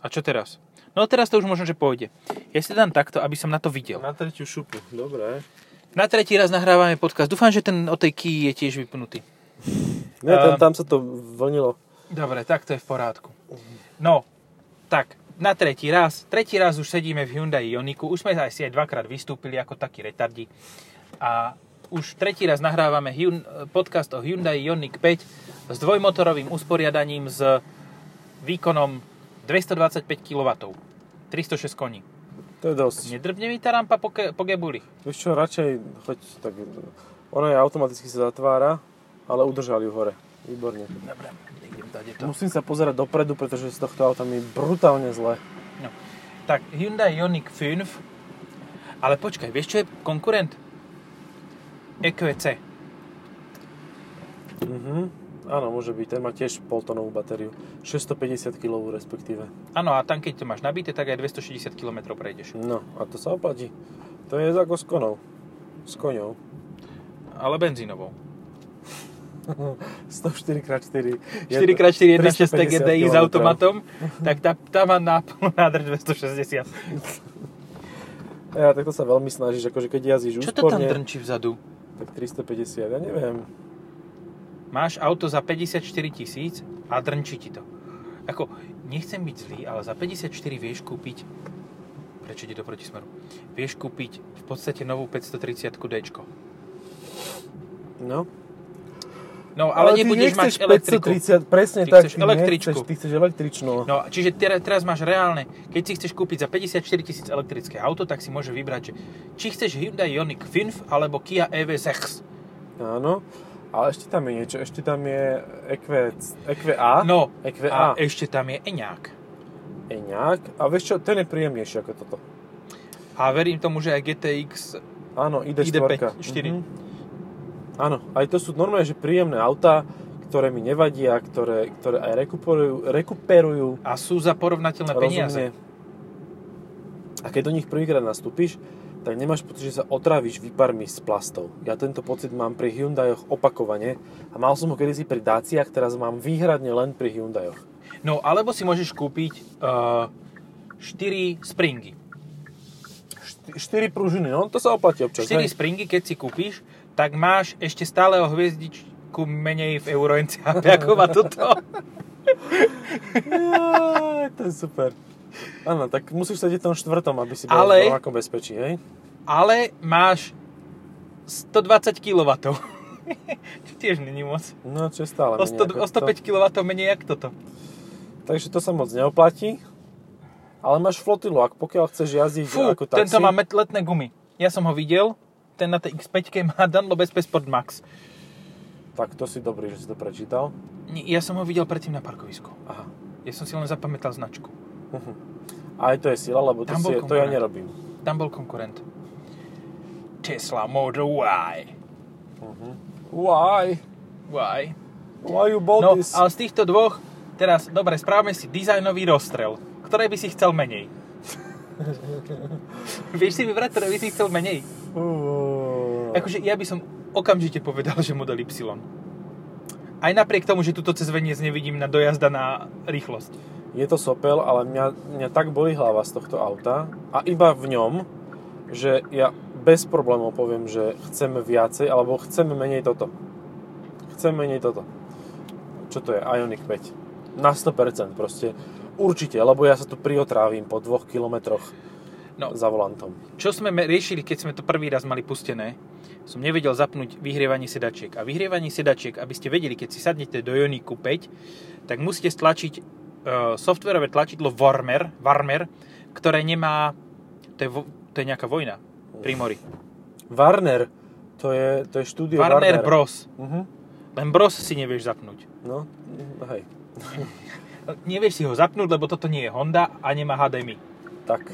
A čo teraz? No teraz to už možno, že pôjde. Ja si dám takto, aby som na to videl. Na tretiu šupu, dobre. Na tretí raz nahrávame podcast. Dúfam, že ten o tej Kii je tiež vypnutý. Nie, tam sa to vlnilo. Dobre, tak to je v porádku. No, tak, na tretí raz. Tretí raz už sedíme v Hyundai Ioniqu. Už sme asi aj dvakrát vystúpili ako takí retardi. A už tretí raz nahrávame podcast o Hyundai Ioniq 5 s dvojmotorovým usporiadaním s výkonom 225 kW. 306 koní. To je dosť. Nedrbne mi tá rampa po gebuli. Vieš čo, radšej choď tak... Ono je automaticky sa zatvára, ale udržali ju hore. Výborne. Dobre, idem tady to. Musím sa pozerať dopredu, pretože z tohto auta mi je brutálne zle. No. Tak, Hyundai Ioniq 5. Ale počkaj, vieš čo je konkurent? EQC. Áno, môže byť. Ten má tiež poltonovú batériu. 650 kW respektíve. Áno, a tam keď to máš nabité, tak aj 260 km prejdeš. No, a to sa oplatí. To je ako s konou. S koňou. Ale benzínovou. 104x4. 4x4 1.6 TGDI s kilometrov. automatom, tak tá má na plnú nádrž 260. Ja, tak to sa veľmi snažíš, akože keď jazdíš Čo to tam úsporne, drnčí vzadu? tak 350, ja neviem. Máš auto za 54 000 a drnčí ti to. Ako, nechcem byť zlý, ale za 54 vieš kúpiť... Prečo ide do protismeru? Vieš kúpiť v podstate novú 530 Dčko. No. No, ale nebudeš mať elektriku. 530, presne Ty tak. chceš električku. Ty chceš električnú. No, čiže teraz máš reálne, keď si chceš kúpiť za 54 000 elektrické auto, tak si môže vybrať, že či chceš Hyundai Ioniq 5 alebo Kia EV6. Áno. Ale ešte tam je niečo. Ešte tam je EQA. No, EQA. a ešte tam je Eňák. Eňák. A vieš čo, ten je príjemnejší ako toto. A verím tomu, že aj GTX Áno, ID4. ID5 4. Áno, aj to sú normálne, že príjemné autá, ktoré mi nevadia, ktoré aj rekuperujú. A sú za porovnateľné peniaze. A keď do nich prvýkrát nastúpiš, tak nemáš pocit, že sa otráviš výparmi z plastov. Ja tento pocit mám pri Hyundaioch opakovane a mal som ho kedysi pri Daciach, teraz mám výhradne len pri Hyundaioch. No, alebo si môžeš kúpiť 4 Springy. 4 pružiny, no to sa oplatí občas. 4 Springy, keď si kúpiš, tak máš ešte stále o hviezdičku menej v Euro NCAP, ako má toto. To je super. Áno, tak musíš sedieť v tom štvrtom, aby si bol v rovnakom bezpečí, hej? Ale máš 120 kW. Čo tiež není moc. No, čo je stále O menej. 105 kW menej jak toto. Takže to sa moc neoplatí. Ale máš flotilu, ak pokiaľ chceš jazdiť ako taxi... tento má letné gumy. Ja som ho videl, ten na tej X5 má Dunlop SP Sport Max. Tak to si dobrý, že si to prečítal. Ja som ho videl predtým na parkovisku. Aha. Ja som si len zapamätal značku. Aj to je sila, lebo to ja nerobím. Tam bol konkurent. Tesla Model Y. Why? Why you bought this? No, ale z týchto dvoch, teraz, dobre, správame si dizajnový rozstrel. Ktoré by si chcel menej? Vieš si vybrať, ktoré by si chcel menej? Akože ja by som okamžite povedal, že model Y. Aj napriek tomu, že tuto cez veniec nevidím na dojazda na rýchlosť. Je to sopel, ale mňa tak bolí hlava z tohto auta a iba v ňom, že ja bez problémov poviem, že chceme viacej, alebo chceme menej toto. Čo to je? Ioniq 5. Na 100% proste. Určite, lebo ja sa tu priotrávim po 2 kilometroch za volantom. Čo sme riešili, keď sme to prvý raz mali pustené, som nevedel zapnúť vyhrievanie sedačiek. A vyhrievanie sedačiek, aby ste vedeli, keď si sadnete do Ioniqu 5, tak musíte stlačiť softverové tlačidlo Warmer, ktoré nemá... To je nejaká vojna pri mori. Warner, to je štúdio Warner Bros. Len Bros si nevieš zapnúť. No, hej. Nevieš si ho zapnúť, lebo toto nie je Honda a nemá HDMI. Tak.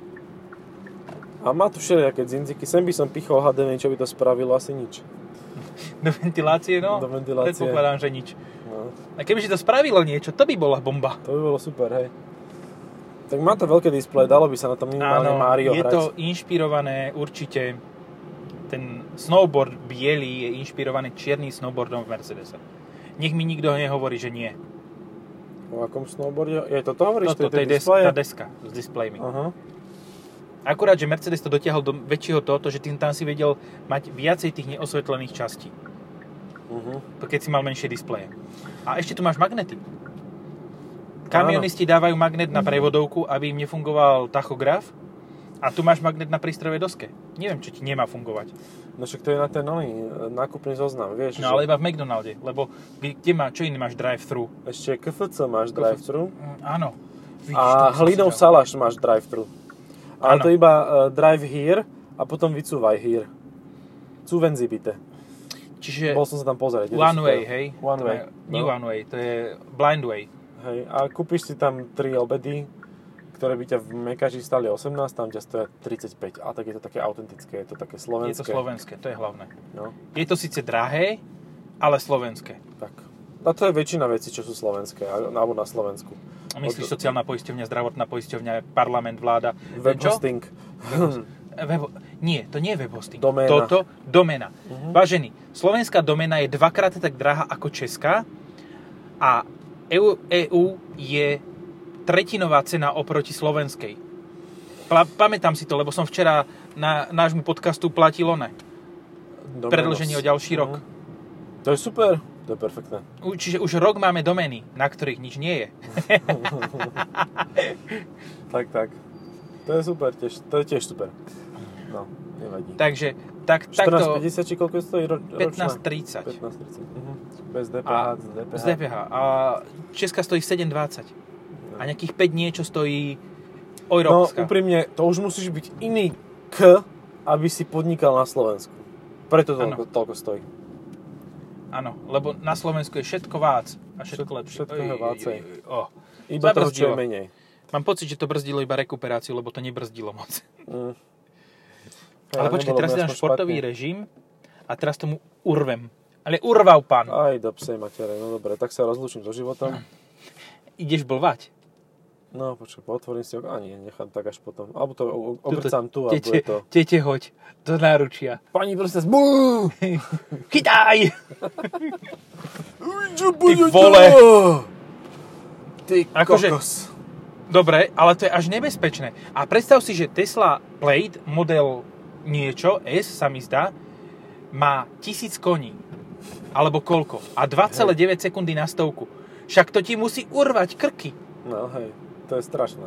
A má tu všelijaké dzindziky. Sem by som pichol HDMI, čo by to spravilo? Asi nič. Do ventilácie, no? Do ventilácie. Predpokladám, že nič. No. A keby si to spravilo niečo, to by bola bomba. To by bolo super, hej. Tak má to veľké displeje, dalo by sa na tom minimálne Mario je hrať. to inšpirované určite, ten snowboard biely je inšpirovaný čiernym snowboardom v Mercedese. Nech mi nikto nehovorí, že nie. O akom snowboarde? Je toto hovoríš? Toto, to je tá deska s displejmi. Aha. Akurát, že Mercedes to dotiahol do väčšieho tohoto, že tým tam si vedel mať viacej tých neosvetlených častí. Keď si mal menšie displeje. A ešte tu máš magnety. Kamionisti dávajú magnet na prevodovku, aby im nefungoval tachograf. A tu máš magnet na prístrojovej doske. Neviem, čo ti nemá fungovať. No však to je na ten nákupný zoznam, vieš. No ale iba v McDonalde, lebo čo iné máš drive-thru? Ešte KFC máš drive-thru. Áno. Vidíš, a hlinov salaš máš drive-thru. Ale to iba drive here a potom vycúvaj here. Cuvenzi bite. Čiže bol som sa tam pozrieť. One way, hej? One way. Nie one way, to je blind way. Hej, a kúpiš si tam 3 obedy, ktoré by ťa v Mekaži stali 18, tam ťa stoja 35. A tak je to také autentické, je to také slovenské. Je to slovenské, to je hlavné. No. Je to síce drahé, ale slovenské. Tak. A to je väčšina vecí, čo sú slovenské, alebo na Slovensku. Myslíš sociálna poisťovňa, zdravotná poisťovňa, parlament, vláda. Webhosting. Nie, to nie je webhosting. Doména. Toto, doména. Vážený, slovenská doména je dvakrát tak drahá ako česká a EU je tretinová cena oproti slovenskej. Pamätám si to, lebo som včera na nášmu podcastu platil predĺženie o ďalší rok. To je super, to je perfektné. Čiže už rok máme domény, na ktorých nič nie je. Tak. To je super, to je tiež super. No, nevadí. Takže, takto... 14,50 či koľko stojí ročná? 15,30. 15,30. Bez DPH, z DPH. A česká stojí 7,20. A nejakých 5 niečo stojí európska. No, úprimne, to už musíš byť iný aby si podnikal na Slovensku. Preto toľko stojí. Áno, lebo na Slovensku je všetko vác a všetko lepšie. Všetko je vácej. Iba toho, čo je menej. Mám pocit, že to brzdilo iba rekuperáciu, lebo to nebrzdilo moc. Ale počkaj, teraz dám športový režim a teraz tomu urvem. Ale urval pán. Aj do psej matere, no dobre, tak sa rozlúčim so životom. Ideš blvať? No, počkaj, otvorím si nie, nechám tak až potom. Alebo to obrcám tu a bude to... Tete, hoď do náručia. Pani, proste chytaj! Ty vole! Ty kokos. Dobre, ale to je až nebezpečné. A predstav si, že Tesla Plaid model niečo, S sa mi zdá, má 1000 koní. Alebo koľko? A 2,9 sekundy na stovku. Však to ti musí urvať krky. No hej, to je strašné.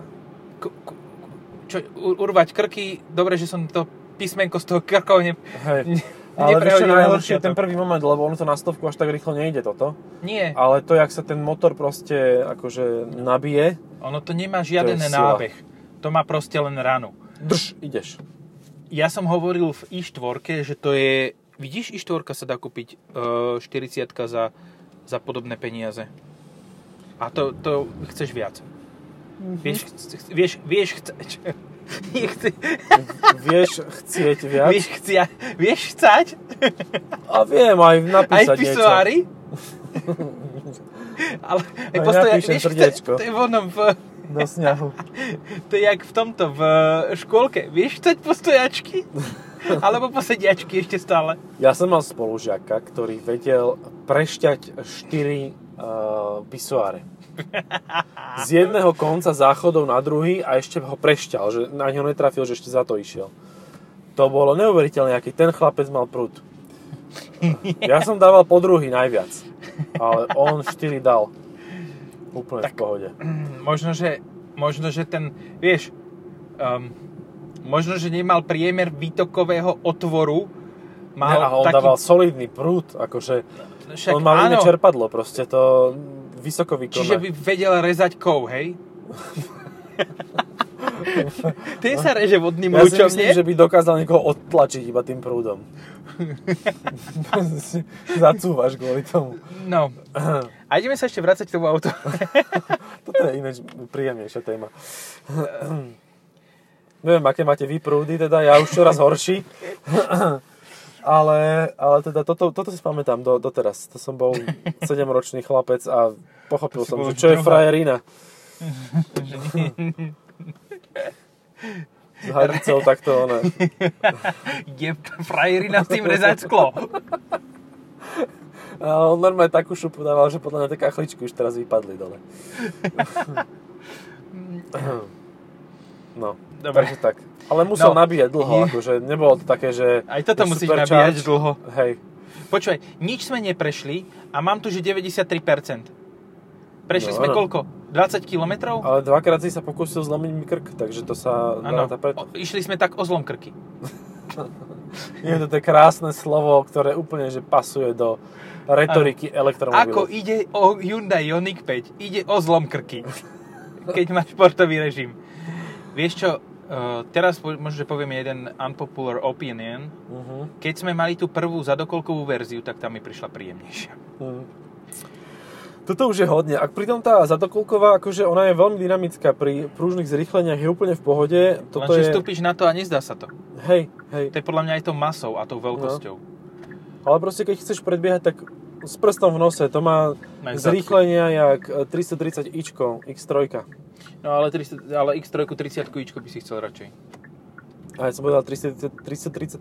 Urvať krky? Dobre, že som to písmenko z toho krkov ale vieš čo najhoršie je ten prvý moment, lebo ono to na stovku až tak rýchlo nejde toto. Nie. Ale to, jak sa ten motor proste akože nabije. Ono to nemá žiaden nábeh. To má proste len ranu. Drž, ideš. Ja som hovoril v i4, že to je... Vidíš, i4 sa dá kúpiť 40 za podobné peniaze. A to chceš viac. Vieš chceť. Vieš chcieť viac? Vieš chcať? A viem aj napísať niečo. Aj pisoári? Ale aj napíšem srdiečko. To je vonom do sňahu. To je jak v tomto, v škôlke. Vieš chcať postojačky? Alebo posediačky ešte stále? Ja som mal spolužiaka, ktorý vedel prešťať 4 pisoáre. Z jedného konca záchodov na druhý a ešte ho prešťal, že na ňo netrafil, že ešte za to išiel. To bolo neuveriteľné, aký ten chlapec mal prúd. Ja som dával po druhý najviac, ale on 4 dal. Úplne tak, v pohode. Možno, že ten, vieš, možno, že nemal priemer výtokového otvoru. A on dával solidný prúd, akože on mal iné čerpadlo, proste to vysoko výkonné. Čiže by vedel rezať kov, hej? Ten sa reže vodným lúčom, nie? Ja si myslím, že by dokázal niekoho odtlačiť iba tým prúdom. Zacúvaš kvôli tomu. No. A ideme sa ešte vrácať k tomu autu. Toto je ináč príjemnejšia téma. Neviem, aké máte vy prúdy, teda ja už čoraz horší. Ale teda toto si pamätám doteraz. To som bol 7-ročný chlapec a pochopil som, že čo je frajerina. S hradicou takto ona. Je frajerina s tým rezať sklo. A on normálne takú šupu dával, že podľa mňa tie kachličky už teraz vypadli dole. No, dobre. Takže tak. Ale musel nabíjať dlho, akože nebolo to také, že... Aj toto musíš nabíjať dlho. Hej. Počúvaj, nič sme neprešli a mám tu, že 93%. Prešli No, sme áno. koľko? 20 kilometrov? Ale dvakrát si sa pokúsil zlomiť mi krk, takže to sa dáta preto. Išli sme tak o zlom krky. Je to krásne slovo, ktoré úplne že pasuje do retoriky elektromobilov. Ako ide o Hyundai Ioniq 5? Ide o zlom krky. Keď máš športový režim. Vieš čo, teraz možno, že povieme jeden unpopular opinion. Keď sme mali tú prvú zadokolkovú verziu, tak tá mi prišla príjemnejšia. Toto už je hodne. Ak pritom tá zadokolková, akože ona je veľmi dynamická, pri prúžnych zrýchleniach je úplne v pohode. Lenže vstúpiš na to a nezdá sa to. Hej. To je podľa mňa aj tou masou a tou veľkosťou. Ale proste keď chceš predbiehať, tak s prstom v nose, to má zrýchlenia jak 330ičko, X3. No ale X3 30ičko by si chcel radšej. A ja som povedal 330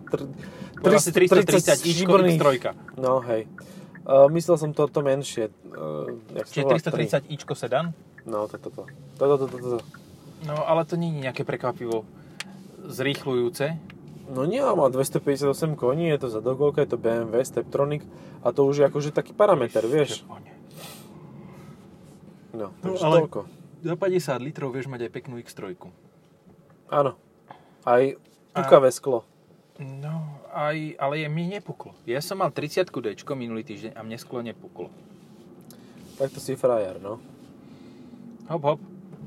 ičko X3. No hej. Myslel som to menšie. Čiže 330ičko sedan? No, toto. No, ale to nie je nejaké prekvapivo zrýchľujúce. No nie, má 258 koní, je to zadokolka, je to BMW, Steptronic a to už je akože taký parameter, vieš. No, takže ale toľko. Za 50 litrov vieš mať aj peknú X3. Áno. Aj pukavé sklo. No, ale mne nepuklo. Ja som mal 30 Dčko minulý týždeň a mne sklo nepuklo. Tak to si frajer, no. Hop, hop.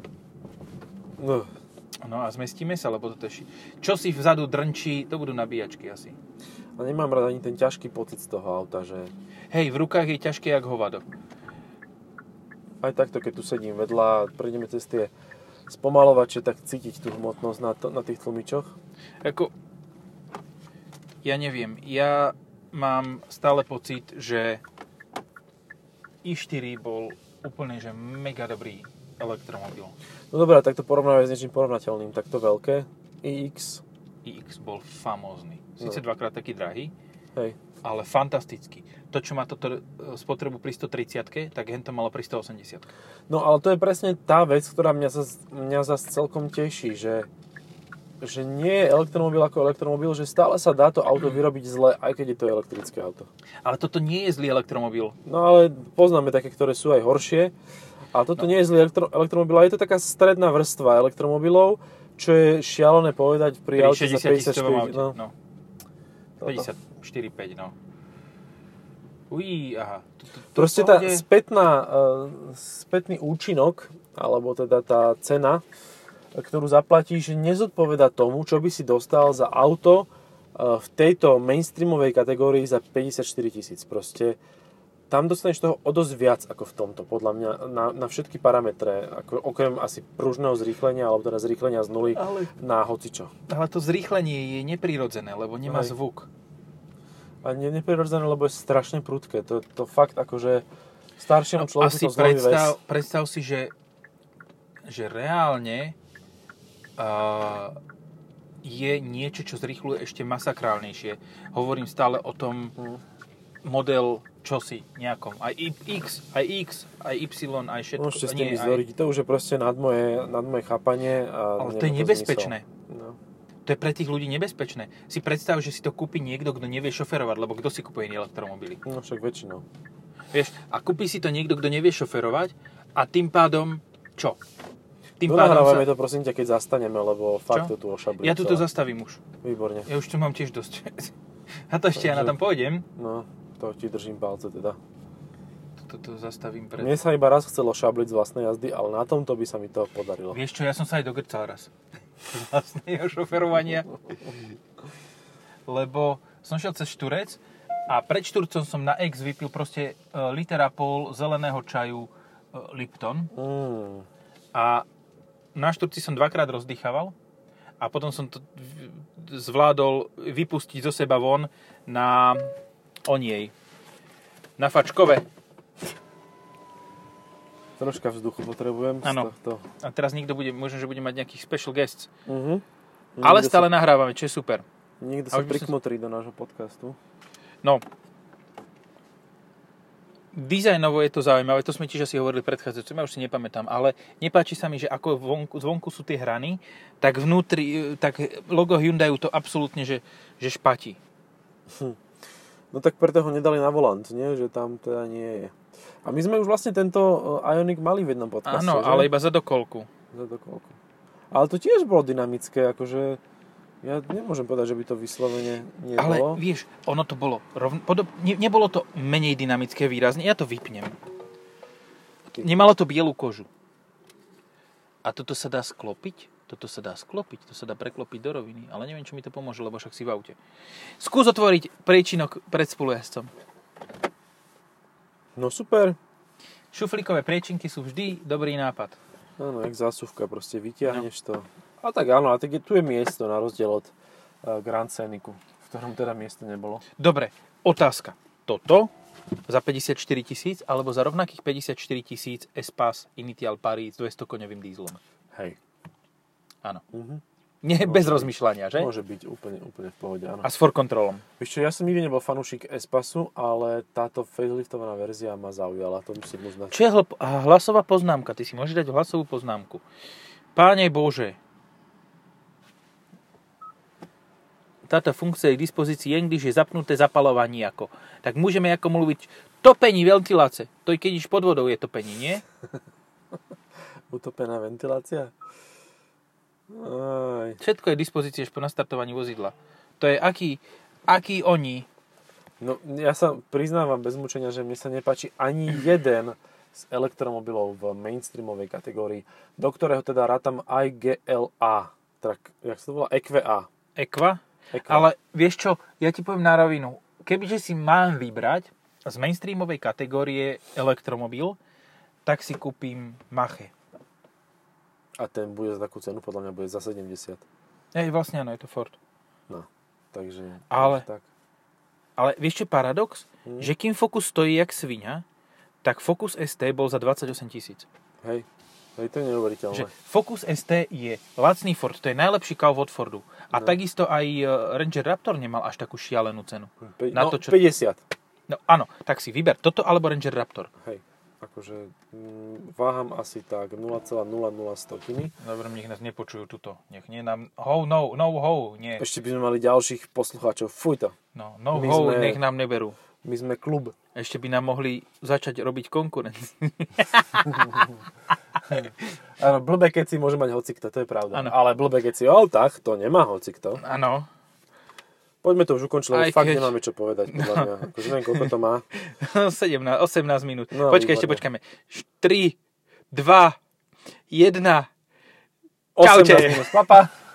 No a zmestíme sa, lebo toto je... Čo si vzadu drnčí, to budú nabíjačky asi. A nemám rád ani ten ťažký pocit z toho auta, že... Hej, v rukách je ťažké jak hovado. Aj takto, keď tu sedím vedľa a prejdeme cez tie spomalovače, tak cítiť tú hmotnosť na tých tlmičoch. Ako... Ja neviem, ja mám stále pocit, že i4 bol úplne, že mega dobrý elektromobil. No dobré, tak to porovnáme s niečím porovnateľným. Takto veľké. iX bol famózny. Sice dvakrát taký drahý, hej, ale fantastický. To, čo má toto spotrebu pri 130, tak hen to malo pri 180. No ale to je presne tá vec, ktorá mňa zase celkom teší, že nie je elektromobil ako elektromobil, že stále sa dá to auto vyrobiť zle, aj keď je to elektrické auto. Ale toto nie je zlý elektromobil. No ale poznáme také, ktoré sú aj horšie. A toto nie je zlý elektromobil, ale je to taká stredná vrstva elektromobilov, čo je šialené povedať pri aute za 54. No. 54,5, no. Aha. Proste tá spätný účinok, alebo teda tá cena, ktorú zaplatíš, nezodpoveda tomu, čo by si dostal za auto v tejto mainstreamovej kategórii za 54 000. Proste tam dostaneš toho o dosť viac ako v tomto, podľa mňa, na všetky parametre, ako, okrem asi pružného zrýchlenia, alebo teda zrýchlenia z nuly na hocičo. Ale to zrýchlenie je neprirodzené, lebo nemá zvuk. A neprirodzené, lebo je strašne prudké. To fakt akože staršiemu človeku to zloví ves. Predstav si, že reálne je niečo, čo zrýchľuje ešte masakrálnejšie. Hovorím stále o tom model čosi nejakom. Aj X, aj Y, aj všetko. Môžete s tým vyzvoriť. To už je proste nad moje chápanie. Ale to je nebezpečné. No. To je pre tých ľudí nebezpečné. Si predstav, že si to kúpi niekto, kto nevie šoferovať, lebo kto si kupuje elektromobily? No však väčšinou. Vieš, a kúpi si to niekto, kto nevie šoferovať a tým pádom čo? Nahrávame to prosím ťa, keď zastaneme, lebo fakt to tu ošablí. Ja tu to zastavím už. Výborne. Ja už tu mám tiež dosť. A to ešte ja na tom pôjdem. No, to ti držím palce teda. Toto zastavím pred... Mne sa iba raz chcelo šabliť z vlastnej jazdy, ale na tomto by sa mi to podarilo. Vieš čo, ja som sa aj dogrcal raz. Z vlastného šoferovania. Lebo som šiel cez Šturec a pred Šturcom som na X vypil proste 1,5 litra zeleného čaju Lipton. A na Šturci som dvakrát rozdýchaval a potom som to zvládol vypustiť zo seba von na Fačkove. Troška vzduchu potrebujem. Áno. A teraz možno, že bude mať nejakých special guests. Uh-huh. Ale stále nahrávame, čo je super. Niekto sa prikmotrí do nášho podcastu. No. Dizajnovo je to zaujímavé, to sme tiež asi hovorili predchádzajúcim, ja už si nepamätám, ale nepáči sa mi, že ako zvonku sú tie hrany, tak vnútri, tak logo Hyundaiu to absolútne, že špatí. No tak preto ho nedali na volant, nie? Že tam teda nie je. A my sme už vlastne tento Ioniq mali v jednom podcaste, áno, že? ale iba za dokolku. Ale to tiež bolo dynamické, akože ja nemôžem povedať, že by to vyslovene nebolo. Ale vieš, ono to bolo nebolo to menej dynamické výrazne, ja to vypnem. Nemalo to bielu kožu. A toto sa dá sklopiť? To sa dá preklopiť do roviny, ale neviem, čo mi to pomôže, lebo však si v aute. Skús otvoriť priečinok pred spolujazdcom. No super. Šuflíkové priečinky sú vždy dobrý nápad. Áno, jak zásuvka, proste vytiahneš to. A tak áno, a tak tu je miesto na rozdiel od Grand Scenicu, v ktorom teda miesto nebolo. Dobre, otázka. Toto za 54 000 alebo za rovnakých 54 000 Espace Initial Paris s 200 koňovým dízlom? Hej. Áno. Nie, bez rozmýšľania, že? Môže byť úplne v pohode, áno. A s for controlom. Vieš čo, ja som nikdy nebol fanúšik Espasu, ale táto faceliftovaná verzia ma zaujala, to musím uznať. Čo je hlasová poznámka? Ty si môžeš dať hlasovú poznámku. Páne Bože, táto funkcia je k dispozícii, jen když je zapnuté zapalovanie ako. Tak môžeme ako mluviť topení ventilácie. To i keď iš pod vodou je topení, nie? Utopená ventilácia? Aj. Všetko je k dispozícii až po nastartovaní vozidla. To je aký oni. No, ja sa priznávam bez mučenia, že mne sa nepáči ani jeden z elektromobilov v mainstreamovej kategórii, do ktorého teda rátam aj GLA. Tak, jak sa to volá? EQA. Ale vieš čo, ja ti poviem na rovinu. Kebyže si mám vybrať z mainstreamovej kategórie elektromobil, tak si kúpim Mach-E. A ten bude za takú cenu, podľa mňa bude za 70. Vlastne áno, je to Ford. No, takže... Ale vieš čo je paradox? Že kým Focus stojí jak sviňa, tak Focus ST bol za 28 000. Hej, to je neuveriteľné. Že Focus ST je lacný Ford, to je najlepší kauf od Fordu. A takisto aj Ranger Raptor nemal až takú šialenú cenu. 50. No áno, tak si vyber toto alebo Ranger Raptor. Hej, akože váham asi tak 0,00100 kg. Dobre, nech nás nepočujú tuto. Nech nie nám... nie. Ešte by sme mali ďalších poslucháčov. Fuj to. Nech nám neberú. My sme klub. Ešte by nám mohli začať robiť konkurenciu. Áno, blbé keci môže mať hocikto, to je pravda. Ano. Ale blbé keci o autách, to nemá hocikto. Áno. Poďme to už ukončiť, lebo fakt nemáme čo povedať, podľa mňa. Akože neviem, koľko to má. 18 minút. No, ešte počkajme. 3, 2, 1. 18 minút, papa.